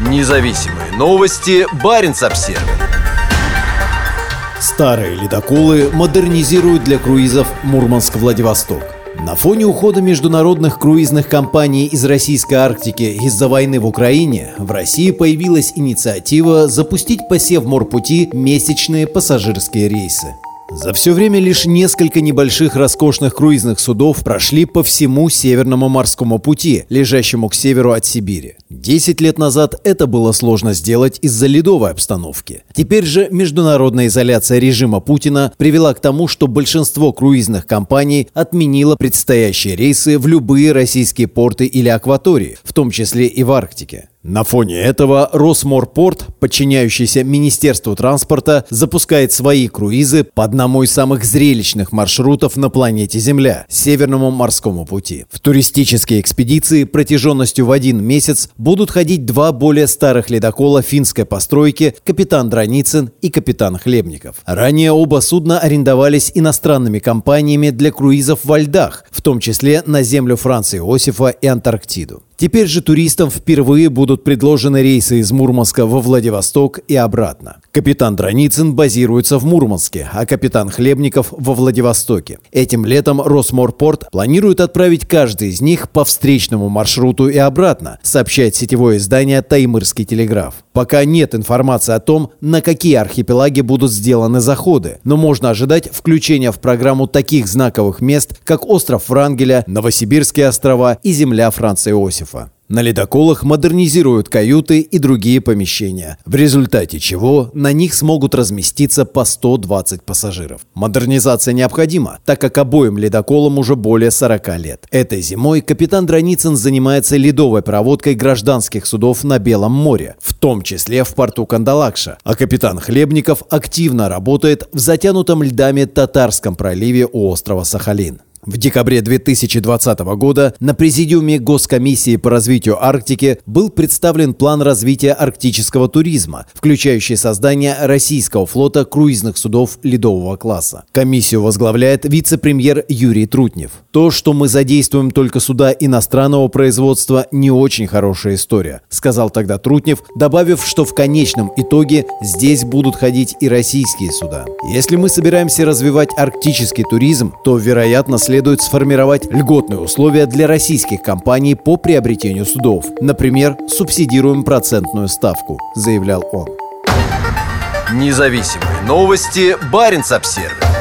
Независимые новости. Баренц-Обсервис. Старые ледоколы модернизируют для круизов Мурманск-Владивосток. На фоне ухода международных круизных компаний из российской Арктики из-за войны в Украине в России появилась инициатива запустить по Севморпути месячные пассажирские рейсы. За все время лишь несколько небольших роскошных круизных судов прошли по всему Северному морскому пути, лежащему к северу от Сибири. 10 лет назад это было сложно сделать из-за ледовой обстановки. Теперь же международная изоляция режима Путина привела к тому, что большинство круизных компаний отменило предстоящие рейсы в любые российские порты или акватории, в том числе и в Арктике. На фоне этого Росморпорт, подчиняющийся Министерству транспорта, запускает свои круизы по одному из самых зрелищных маршрутов на планете Земля – Северному морскому пути. В туристические экспедиции протяженностью в 1 месяц будут ходить 2 более старых ледокола финской постройки «Капитан Драницын» и «Капитан Хлебников». Ранее оба судна арендовались иностранными компаниями для круизов во льдах, в том числе на землю Франца Иосифа и Антарктиду. Теперь же туристам впервые будут предложены рейсы из Мурманска во Владивосток и обратно. «Капитан Драницын» базируется в Мурманске, а «Капитан Хлебников» во Владивостоке. Этим летом Росморпорт планирует отправить каждый из них по встречному маршруту и обратно, сообщает сетевое издание «Таймырский телеграф». Пока нет информации о том, на какие архипелаги будут сделаны заходы, но можно ожидать включения в программу таких знаковых мест, как остров Врангеля, Новосибирские острова и земля Франца Иосифа. На ледоколах модернизируют каюты и другие помещения, в результате чего на них смогут разместиться по 120 пассажиров. Модернизация необходима, так как обоим ледоколам уже более 40 лет. Этой зимой «Капитан Драницын» занимается ледовой проводкой гражданских судов на Белом море, в том числе в порту Кандалакша, а «Капитан Хлебников» активно работает в затянутом льдами Татарском проливе у острова Сахалин. В декабре 2020 года на президиуме Госкомиссии по развитию Арктики был представлен план развития арктического туризма, включающий создание российского флота круизных судов ледового класса. Комиссию возглавляет вице-премьер Юрий Трутнев. То, что мы задействуем только суда иностранного производства, не очень хорошая история, сказал тогда Трутнев, добавив, что в конечном итоге здесь будут ходить и российские суда. Если мы собираемся развивать арктический туризм, то, вероятно, следует сформировать льготные условия для российских компаний по приобретению судов. Например, субсидируем процентную ставку, заявлял он. Независимые новости. Баренц-Обсервис.